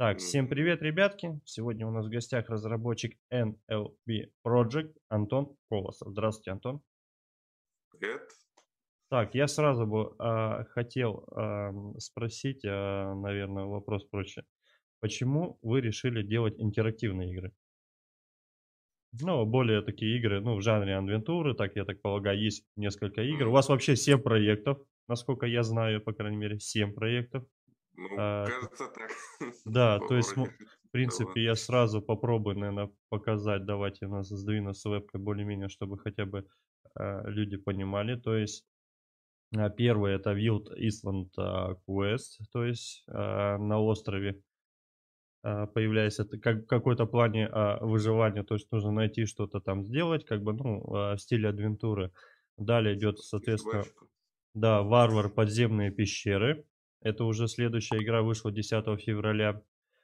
Так, всем привет, ребятки. Сегодня у нас в гостях разработчик NLP Project Антон Колосов. Здравствуйте, Антон. Привет. Так, я сразу бы хотел спросить, наверное, вопрос проще. Почему вы решили делать интерактивные игры? Ну, более такие игры, ну, в жанре адвентуры, так я так полагаю, есть несколько игр. У М, вас вообще 7 проектов, насколько я знаю, по крайней мере, 7 проектов. Ну, А, кажется так. Да, то есть, Вроде в того. принципе, я сразу попробую, наверное, показать. Давайте я нас сдвину с вебкой более-менее, чтобы хотя бы люди понимали. То есть, первый это Wild Island Quest, то есть на острове появляется как какой-то плане выживания, то есть нужно найти что-то там сделать, как бы, ну, в стиле адвентуры. Далее идет, Спасти соответственно, собачку. да, Варвар Подземные пещеры. Это уже следующая игра вышла 10 февраля.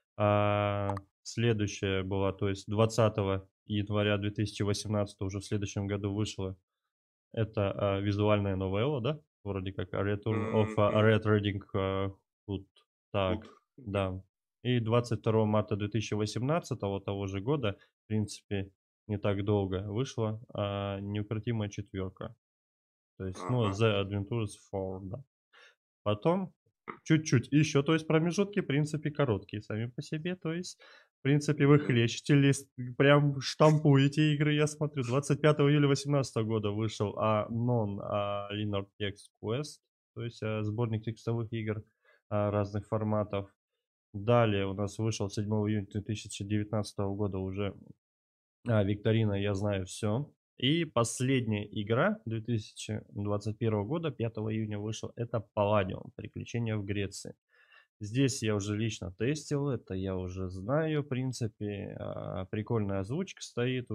Следующая была, то есть 20 января 2018 уже в следующем году вышла. Это, визуальная новелла, да? Вроде как Return of Мгм. Red Riding Hood. Тут. Так, Мгм. да. И 22 марта 2018 того же года, в принципе, не так долго, вышла, "Неукротимая четверка". То есть, ну, Ага. The Adventures 4, да. Потом чуть-чуть еще, то есть промежутки, в принципе, короткие сами по себе. То есть, в принципе, вы Мгм. хлещете лист, прям штампуете игры, я смотрю. 25 июля 2018 года вышел Non-Linear Text Quest, то есть сборник текстовых игр разных форматов. Далее у нас вышел 7 июня 2019 года уже викторина "Я знаю все". И последняя игра 2021 года, 5 июня вышел, это Palladium: Приключения в Греции. Здесь я уже лично тестил, это я уже знаю, в принципе. Прикольная озвучка стоит,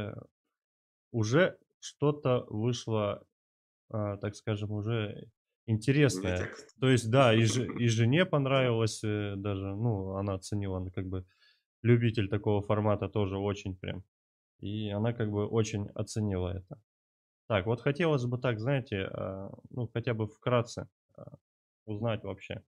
уже что-то вышло, так скажем, уже Не интересное. текст. То есть, да, и жене понравилось, даже, ну, она оценила, она как бы любитель такого формата тоже очень прям. И она как бы очень оценила это. Так, вот хотелось бы так, знаете, ну, хотя бы вкратце, узнать вообще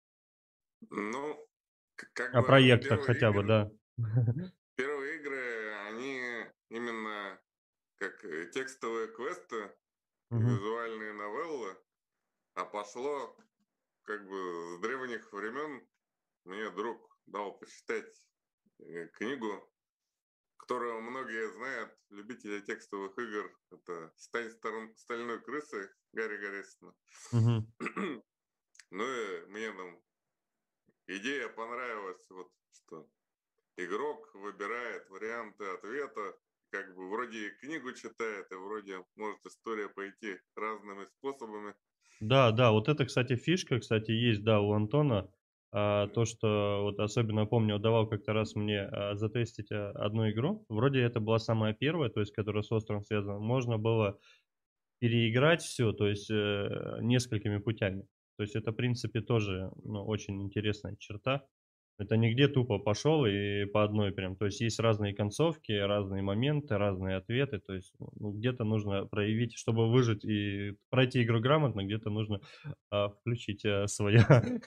Ну, как о бы проектах хотя бы, да. первые игры, они именно как текстовые квесты, Мгм. визуальные новеллы, а пошло как бы с древних времен. Мне друг дал почитать книгу, которого многие знают, любители текстовых игр. Это «Стальной крысой» Гарри Гаррисона. Мгм. Ну и мне там идея понравилась, вот что игрок выбирает варианты ответа, как бы вроде и книгу читает, и вроде может история пойти разными способами. Да, да, вот это, кстати, фишка, кстати, есть, да, у Антона. То, М, что вот особенно помню, давал как-то раз мне затестить одну игру. Вроде это была самая первая, то есть которая с островом связана. Можно было переиграть все, то есть, несколькими путями. То есть это, в принципе, тоже, ну, очень интересная черта. Это не где тупо пошел и по одной прям. То есть есть разные концовки, разные моменты, разные ответы. То есть, ну, где-то нужно проявить, чтобы выжить и пройти игру грамотно, где-то нужно, включить, своя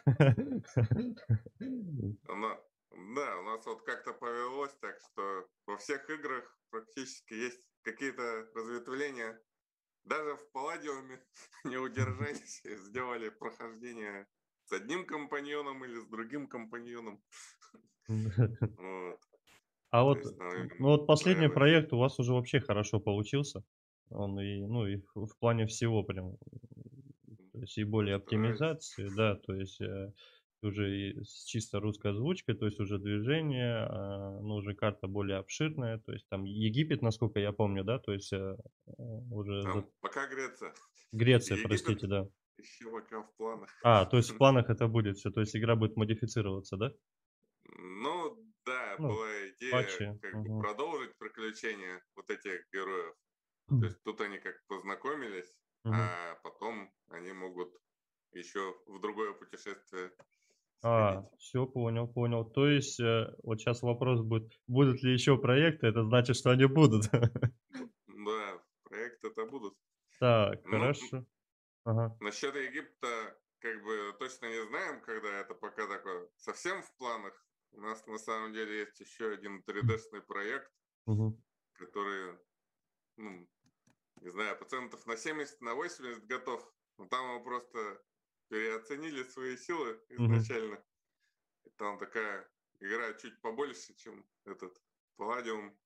она- да, у нас вот как-то повелось так, что во всех играх практически есть какие-то разветвления. Даже в Палладиуме не удержались и сделали прохождение с одним компаньоном или с другим компаньоном. Вот. А То вот, есть нам ну, именно вот последний нравилось. проект у вас уже вообще хорошо получился. Он и, ну, и в плане всего прям, то есть и Мы более старались. оптимизации, да, то есть, уже и с чисто русской озвучкой, то есть уже движение, ну, уже карта более обширная, то есть там Египет, насколько я помню, да, то есть, уже Там пока Греция. Греция, Египет простите, да. еще пока в планах. То есть в планах это будет все, то есть игра будет модифицироваться, да? Ну да, Ну, была идея патчи. как бы Мгм. продолжить приключения вот этих героев. То есть тут они как познакомились, Мгм. а потом они могут еще в другое путешествие сходить. Все понял, понял. То есть, вот сейчас вопрос будет: будут ли еще проекты? Это значит, что они будут. Да, проекты-то будут. Так, Ну, хорошо. Ага. насчет Египта как бы точно не знаем, когда это пока такое совсем в планах. У нас на самом деле есть еще один 3D-шный проект, Мгм. который, ну, не знаю, процентов на 70, на 80 готов. Но там мы просто переоценили свои силы Мгм. изначально. И там такая игра чуть побольше, чем этот Palladium.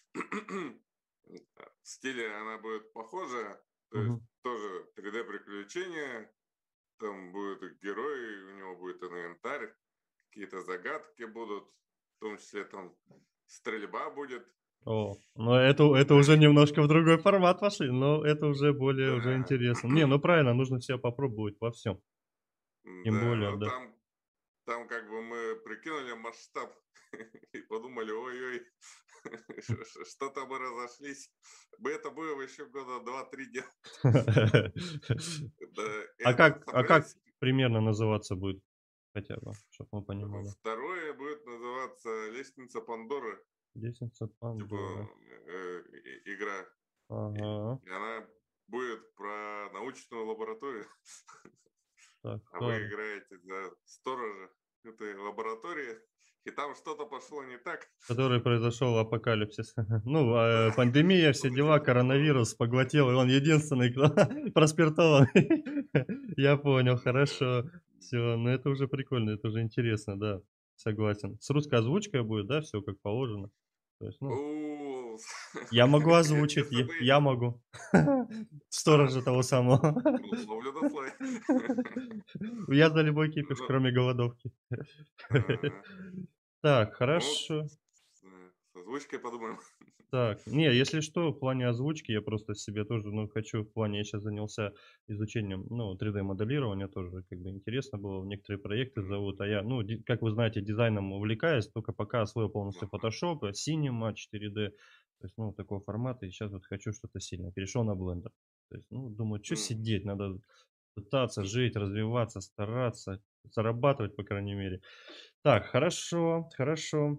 В стиле она будет похожа, то есть Мгм. тоже 3D-приключения, там будут и герои, у него будет инвентарь, какие-то загадки будут, в том числе там стрельба будет. О, но это уже немножко в другой формат пошли, но это уже более уже Да, интересно. Не, ну правильно, нужно себя попробовать во всем. Тем да, более, но да. там как бы мы прикинули масштаб и подумали, ой-ой, что-то мы разошлись. Это было еще года 2-3 делать. Да, и А это как собрались. примерно называться будет хотя бы, чтобы мы понимали? Второе будет называться «Лестница Пандоры», Лестница типа Пандоры. игра. Ага. И она будет про научную лабораторию, Так, а вы играете за сторожа этой лаборатории, и там что-то пошло не так. который произошел апокалипсис. Ну, Да, пандемия, все что-то дела, типа такого. коронавирус поглотил, и он единственный, кто проспиртованный. Я понял, Да. хорошо. Все, ну это уже прикольно, это уже интересно, да, согласен. С русской озвучкой будет, да, все как положено? То есть, ну, У, я могу озвучить, Если бы... я могу. А, Сторожа того самого. ловлю на слой. Я за любой кипиш, Ну, кроме голодовки. ага. Так, Ну, хорошо. с озвучкой подумаем. Так, не, если что, в плане озвучки я просто себе тоже, ну, хочу в плане, я сейчас занялся изучением, ну, 3D-моделирования тоже, как бы интересно было, в некоторые проекты зовут, а я, ну, как вы знаете, дизайном увлекаюсь, только пока освоил полностью Ага. Photoshop, Cinema, 4D, то есть, ну, такого формата, и сейчас вот хочу что-то сильное, перешел на Blender, то есть, ну, думаю, что Мгм. сидеть, надо пытаться жить, развиваться, стараться, зарабатывать, по крайней мере. Так, хорошо, хорошо.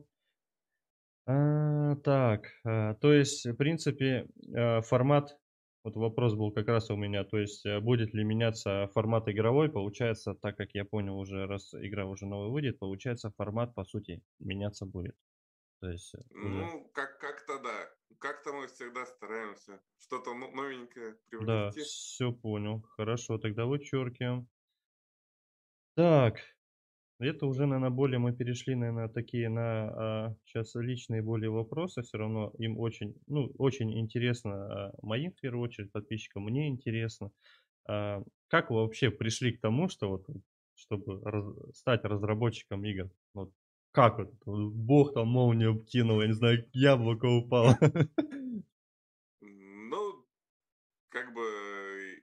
Так, то есть, в принципе, формат, вот вопрос был как раз у меня, то есть, будет ли меняться формат игровой, получается, так как я понял уже, раз игра уже новая выйдет, получается, формат, по сути, меняться будет. То есть, уже, Ну, как-то да. Как-то мы всегда стараемся что-то новенькое да, привнести. все понял, хорошо, тогда вычеркиваем. Так, это уже, наверное, более мы перешли, наверное, такие на, щас личные более вопросы. Все равно им очень, ну, очень интересно, моим, в первую очередь, подписчикам, мне интересно. Как вы вообще пришли к тому, что вот, чтобы стать разработчиком игр? Вот как вот? Бог там молнию кинул, я не знаю, яблоко упало. Ну, как бы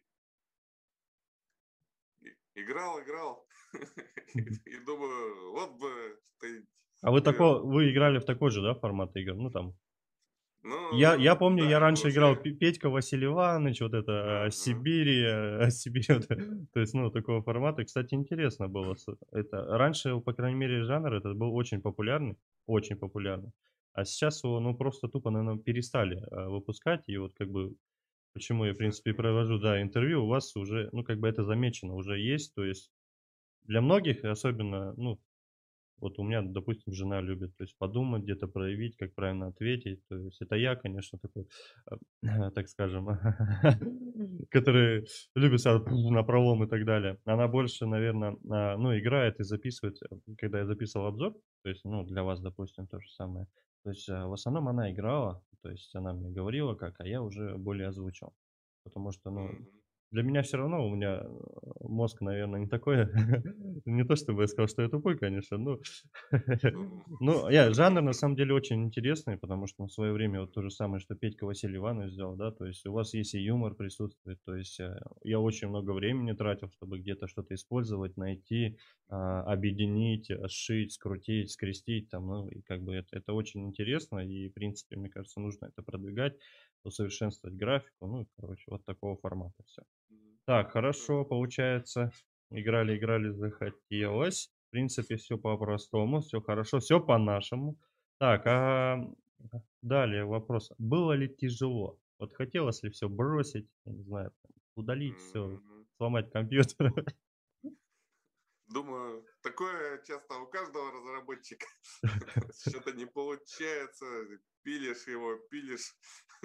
играл. И думаю, вот бы что-нибудь А вы себе. вы играли в такой же, да, формат игр? Ну, там я Ну, помню, я да, мы раньше играл вообще... Петька Василий Иванович, вот это, Ага. Сибири, Сибирь, вот, то есть, ну, такого формата. Кстати, интересно было. Это раньше, по крайней мере, жанр этот был очень популярный, очень популярный. А сейчас его, ну, просто тупо, наверное, перестали выпускать. И вот как бы почему я, в принципе, и провожу, да, интервью, у вас уже, ну, как бы это замечено, уже есть. То есть для многих, и особенно, ну, вот у меня, допустим, жена любит, то есть подумать, где-то проявить, как правильно ответить. То есть это я, конечно, такой, так скажем, который любит сразу напролом и так далее. Она больше, наверное, ну, играет и записывает, когда я записывал обзор, то есть, ну, для вас, допустим, то же самое. То есть в основном она играла, то есть она мне говорила как, а я уже более озвучил. Потому что, ну, Мгм. для меня все равно, у меня мозг, наверное, не такой, не то чтобы я сказал, что я тупой, конечно, но Ну, ну, жанр на самом деле очень интересный, потому что в свое время вот то же самое, что Петька Василий Иванович сделал, да, то есть у вас есть и юмор присутствует, то есть я очень много времени тратил, чтобы где-то что-то использовать, найти, объединить, сшить, скрутить, скрестить, там, ну, и как бы это очень интересно, и, в принципе, мне кажется, нужно это продвигать, усовершенствовать графику, ну, и, короче, вот такого формата все. Так, хорошо, получается, играли, захотелось. В принципе, все по-простому, все хорошо, все по-нашему. Так, далее вопрос. Было ли тяжело? Вот хотелось ли все бросить, я не знаю, там, удалить все, мгм. сломать компьютер? думаю, такое часто у каждого разработчика. Что-то не получается, пилишь его, пилишь.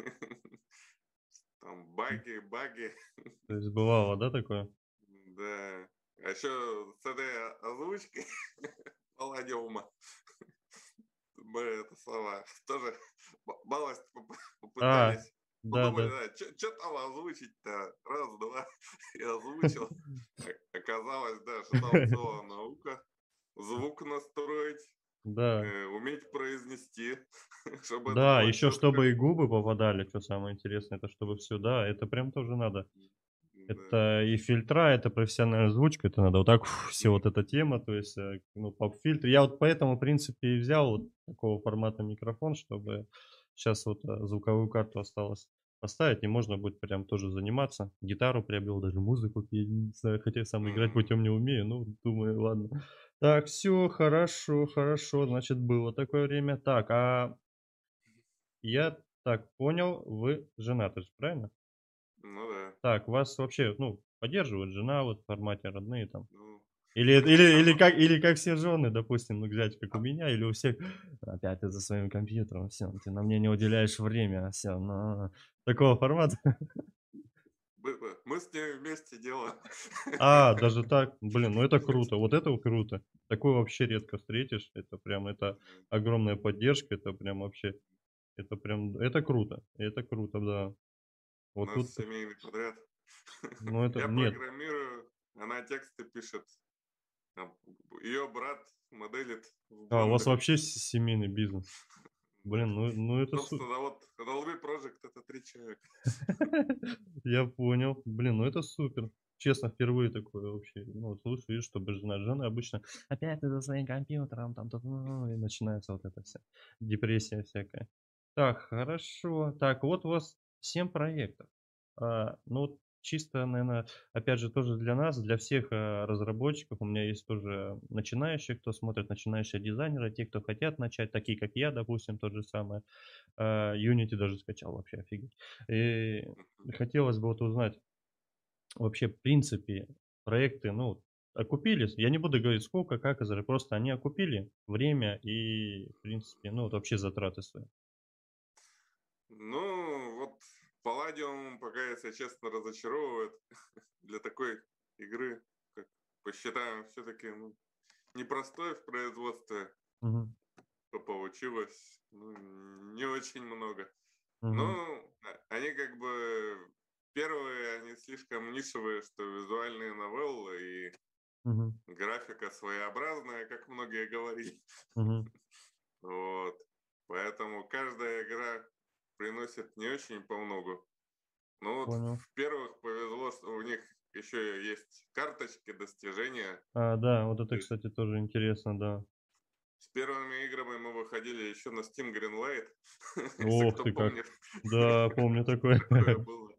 Там баги. То есть бывало, да, такое? Да. А еще с этой озвучкой Палладиума мы это самое тоже малость А, попытались. Ну, думали, да-да. да, что там озвучить-то? Раз, два, и озвучил. Оказалось, да, что там целая наука. Звук настроить, Да. уметь произнести, чтобы это Да, было еще четко. чтобы и губы попадали, что самое интересное, это чтобы все, да, это прям тоже надо. Да. Это и фильтра, это профессиональная озвучка, это надо вот так все вот эта тема, то есть, ну, поп-фильтр. Я вот поэтому, в принципе, и взял вот такого формата микрофон, чтобы сейчас вот звуковую карту осталось поставить, и можно будет прям тоже заниматься. Гитару приобрел, даже музыку, я не знаю, хотя сам играть Мгм. путем не умею, ну, думаю, ладно. Так, все, хорошо, хорошо, значит, было такое время. Так, а я так понял, вы женаты же, правильно? Ну да. Так, вас вообще, ну, поддерживает жена вот в формате родные там? Ну, Или как все жены, допустим, ну, взять, как у а, меня, или у всех: "Опять ты за своим компьютером, все, ты на мне не уделяешь время, все, ну". Такого формата? мы с ней вместе делаем. А, даже так? Блин, ну это круто, вот это вот круто. Такое вообще редко встретишь. Это прям, это огромная поддержка, это прям вообще, это прям, это круто, да. У Вот нас тут, семейный подряд. ну это, Я нет. программирую, она тексты пишет. Ее брат моделит в А, у вас Blender. вообще семейный бизнес. Да. Блин, ну это Собственно, вот Dolby Project это 3 человека. Я понял. Блин, ну это супер. Честно, впервые такое вообще, ну, вот слышу, вижу, чтобы жена. Жены обычно: "Опять ты за своим компьютером, там, тут, ну", и начинается вот эта вся депрессия всякая. Так, хорошо. Так, вот у вас 7 проектов. Ну, вот чисто, наверное, опять же, тоже для нас, для всех, разработчиков. У меня есть тоже начинающие, кто смотрит, начинающие дизайнеры, те, кто хотят начать, такие как я, допустим, тот же самый. Unity даже скачал, вообще офигеть. И хотелось бы вот узнать вообще, в принципе, проекты, ну, окупились. Я не буду говорить сколько, как, просто они окупили время и, в принципе, ну, вот вообще затраты свои. Ну, вот Palladium пока, если честно, разочаровывает для такой игры, как посчитаем, все-таки непростой в производстве, Мгм. что получилось, не очень много. Ну, Мгм. они как бы первые, они слишком нишевые, что визуальные новеллы и Мгм. графика своеобразная, как многие говорили. Мгм. Вот. Поэтому каждая игра приносит не очень по многу. Ну вот Понял. в первых повезло, что у них еще есть карточки достижения. Да, вот это, То есть кстати, тоже интересно, да. с первыми играми мы выходили еще на Steam Greenlight, если Ох кто ты как. помнит. Да, помню такое. Такое было.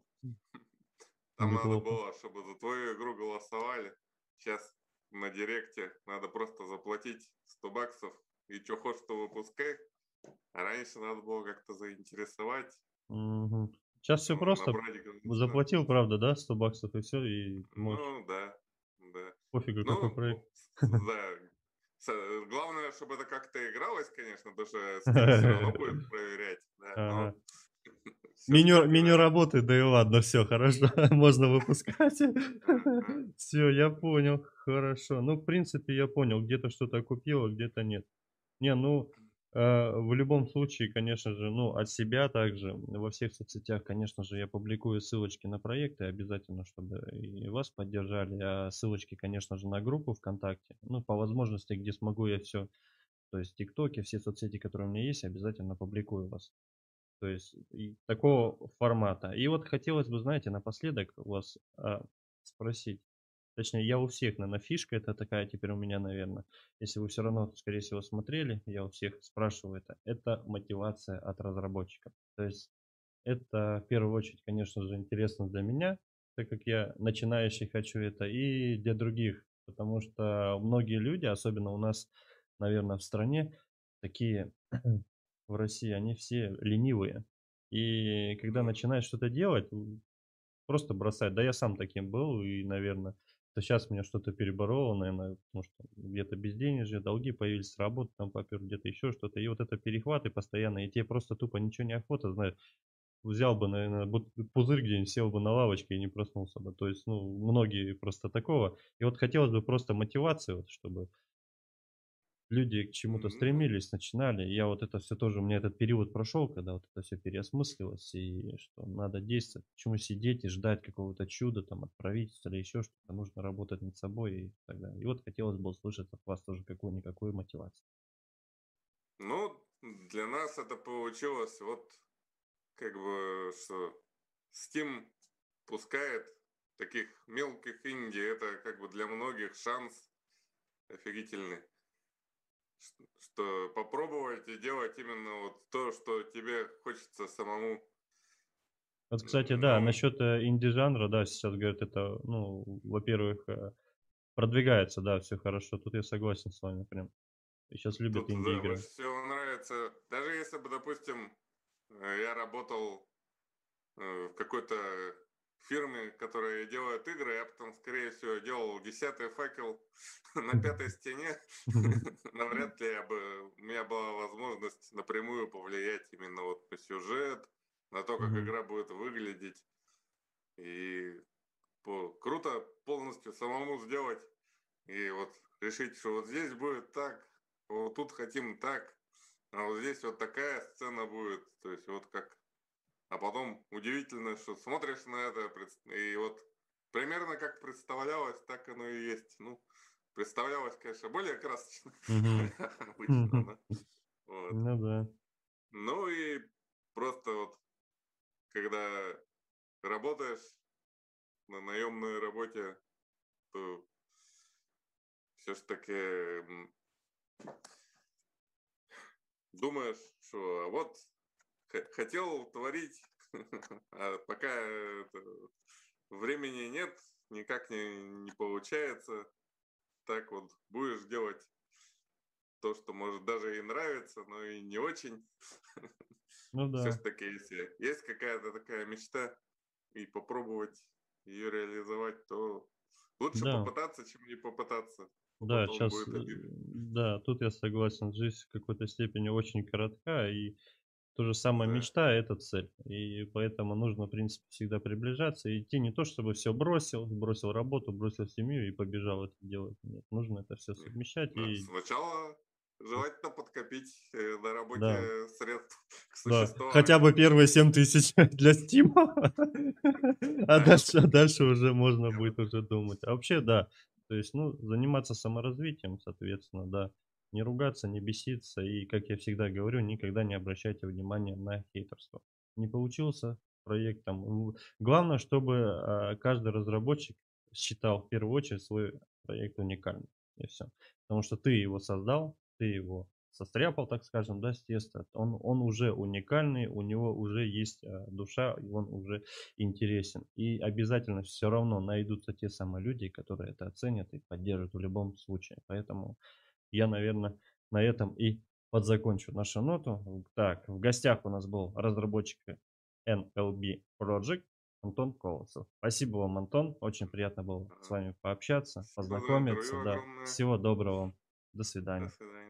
Там надо Неплохо. было, чтобы за твою игру голосовали. Сейчас на Директе надо просто заплатить 100 баксов и что хочешь, то выпускай. А раньше надо было как-то заинтересовать, Сейчас все просто. набрать голоса. Заплатил, правда, да, 100 баксов и все, и можешь. Ну да, да. Пофигу, какой Ну, проект. да. Главное, чтобы это как-то игралось, конечно, потому что Steam все равно будет проверять, да, но Ага. все-таки, Меню да. работает, да и ладно, все хорошо, можно выпускать. Ага. Все, я понял, хорошо. Ну, в принципе, я понял, где-то что-то купил, а где-то нет. Не, ну, в любом случае, конечно же, ну, от себя также во всех соцсетях, конечно же, я публикую ссылочки на проекты обязательно, чтобы и вас поддержали, а ссылочки, конечно же, на группу ВКонтакте. Ну, по возможности, где смогу, я все, то есть ТикТоки, все соцсети, которые у меня есть, обязательно публикую вас. То есть и такого формата. И вот хотелось бы, знаете, напоследок у вас спросить. Точнее, я у всех, наверное, фишка это такая теперь у меня, наверное. Если вы все равно, скорее всего, смотрели, я у всех спрашиваю это. Это мотивация от разработчиков. То есть это в первую очередь, конечно же, интересно для меня, так как я начинающий хочу это, и для других. Потому что многие люди, особенно у нас, наверное, в стране, такие в России, они все ленивые. И когда Мгм. начинаешь что-то делать, просто бросать. Да я сам таким был, и, наверное, что сейчас меня что-то перебороло, наверное, потому что где-то безденежье, долги появились, с работы там попер, где-то еще что-то. И вот это перехваты постоянно, и тебе просто тупо ничего не охота, знаешь. Взял бы, наверное, пузырь где-нибудь, сел бы на лавочке и не проснулся бы. То есть, ну, многие просто такого. И вот хотелось бы просто мотивации, вот, чтобы люди к чему-то Ну, стремились, начинали. И я вот это все тоже, у меня этот период прошел, когда вот это все переосмыслилось, и что надо действовать. Почему сидеть и ждать какого-то чуда там от правительства или еще что-то. Нужно работать над собой и так далее. И вот хотелось бы услышать от вас тоже какую-никакую мотивацию. ну, для нас это получилось вот как бы, что Steam пускает таких мелких инди, это как бы для многих шанс офигительный, что попробовать и делать именно вот то, что тебе хочется самому. Вот, кстати, да, Ну, насчет инди-жанра, да, сейчас говорят, это, ну, во-первых, продвигается, да, все хорошо. Тут я согласен с вами прям. И сейчас любят тут, да, инди-игры. больше всего нравится, даже если бы, допустим, я работал в какой-то фирме, которая делает игры, я потом, скорее всего, делал 10-й факел на 5-й стене. Навряд ли у меня была возможность напрямую повлиять именно вот на сюжет, на то, как Мгм. игра будет выглядеть. И круто полностью самому сделать и вот решить, что вот здесь будет так, вот тут хотим так, а вот здесь вот такая сцена будет. То есть вот как. А потом удивительно, что смотришь на это, и вот примерно как представлялось, так оно и есть. Ну, представлялось, конечно, более красочно Мгм. обычно, да. Вот. Ну да. Ну и просто вот, когда работаешь на наемной работе, то все-таки думаешь, что вот хотел творить, а пока времени нет, никак не получается. Так вот будешь делать то, что может даже и нравится, но и не очень. Ну да. Все-таки, если есть какая-то такая мечта и попробовать ее реализовать, то лучше Да. попытаться, чем не попытаться. А Да, потом сейчас, будет обидно. да, тут я согласен. Жизнь в какой-то степени очень коротка, и то же самое Да. мечта — это цель. И поэтому нужно, в принципе, всегда приближаться и идти не то, чтобы все бросил работу, бросил семью и побежал это делать. Нет, нужно это все Не. совмещать Да. и Сначала желательно подкопить на да. работе средств к Да, хотя существованию. бы первые 7 000 для "Стима", а Да, дальше уже можно будет уже думать. А вообще, да, то есть, ну, заниматься саморазвитием, соответственно, да. Не ругаться, не беситься и, как я всегда говорю, никогда не обращайте внимания на хейтерство. Не получился проект там, главное, чтобы, каждый разработчик считал в первую очередь свой проект уникальным, и все. Потому что ты его создал, ты его состряпал, так скажем, да, с теста, он уже уникальный, у него уже есть душа, и он уже интересен. И обязательно все равно найдутся те самые люди, которые это оценят и поддержат в любом случае. Поэтому я, наверное, на этом и подзакончу нашу ноту. Так, в гостях у нас был разработчик NLB Project Антон Колосов. Спасибо вам, Антон. Очень приятно было с вами пообщаться, спасибо за познакомиться. интервью Да. огромное. Всего доброго вам. До До свидания. свидания.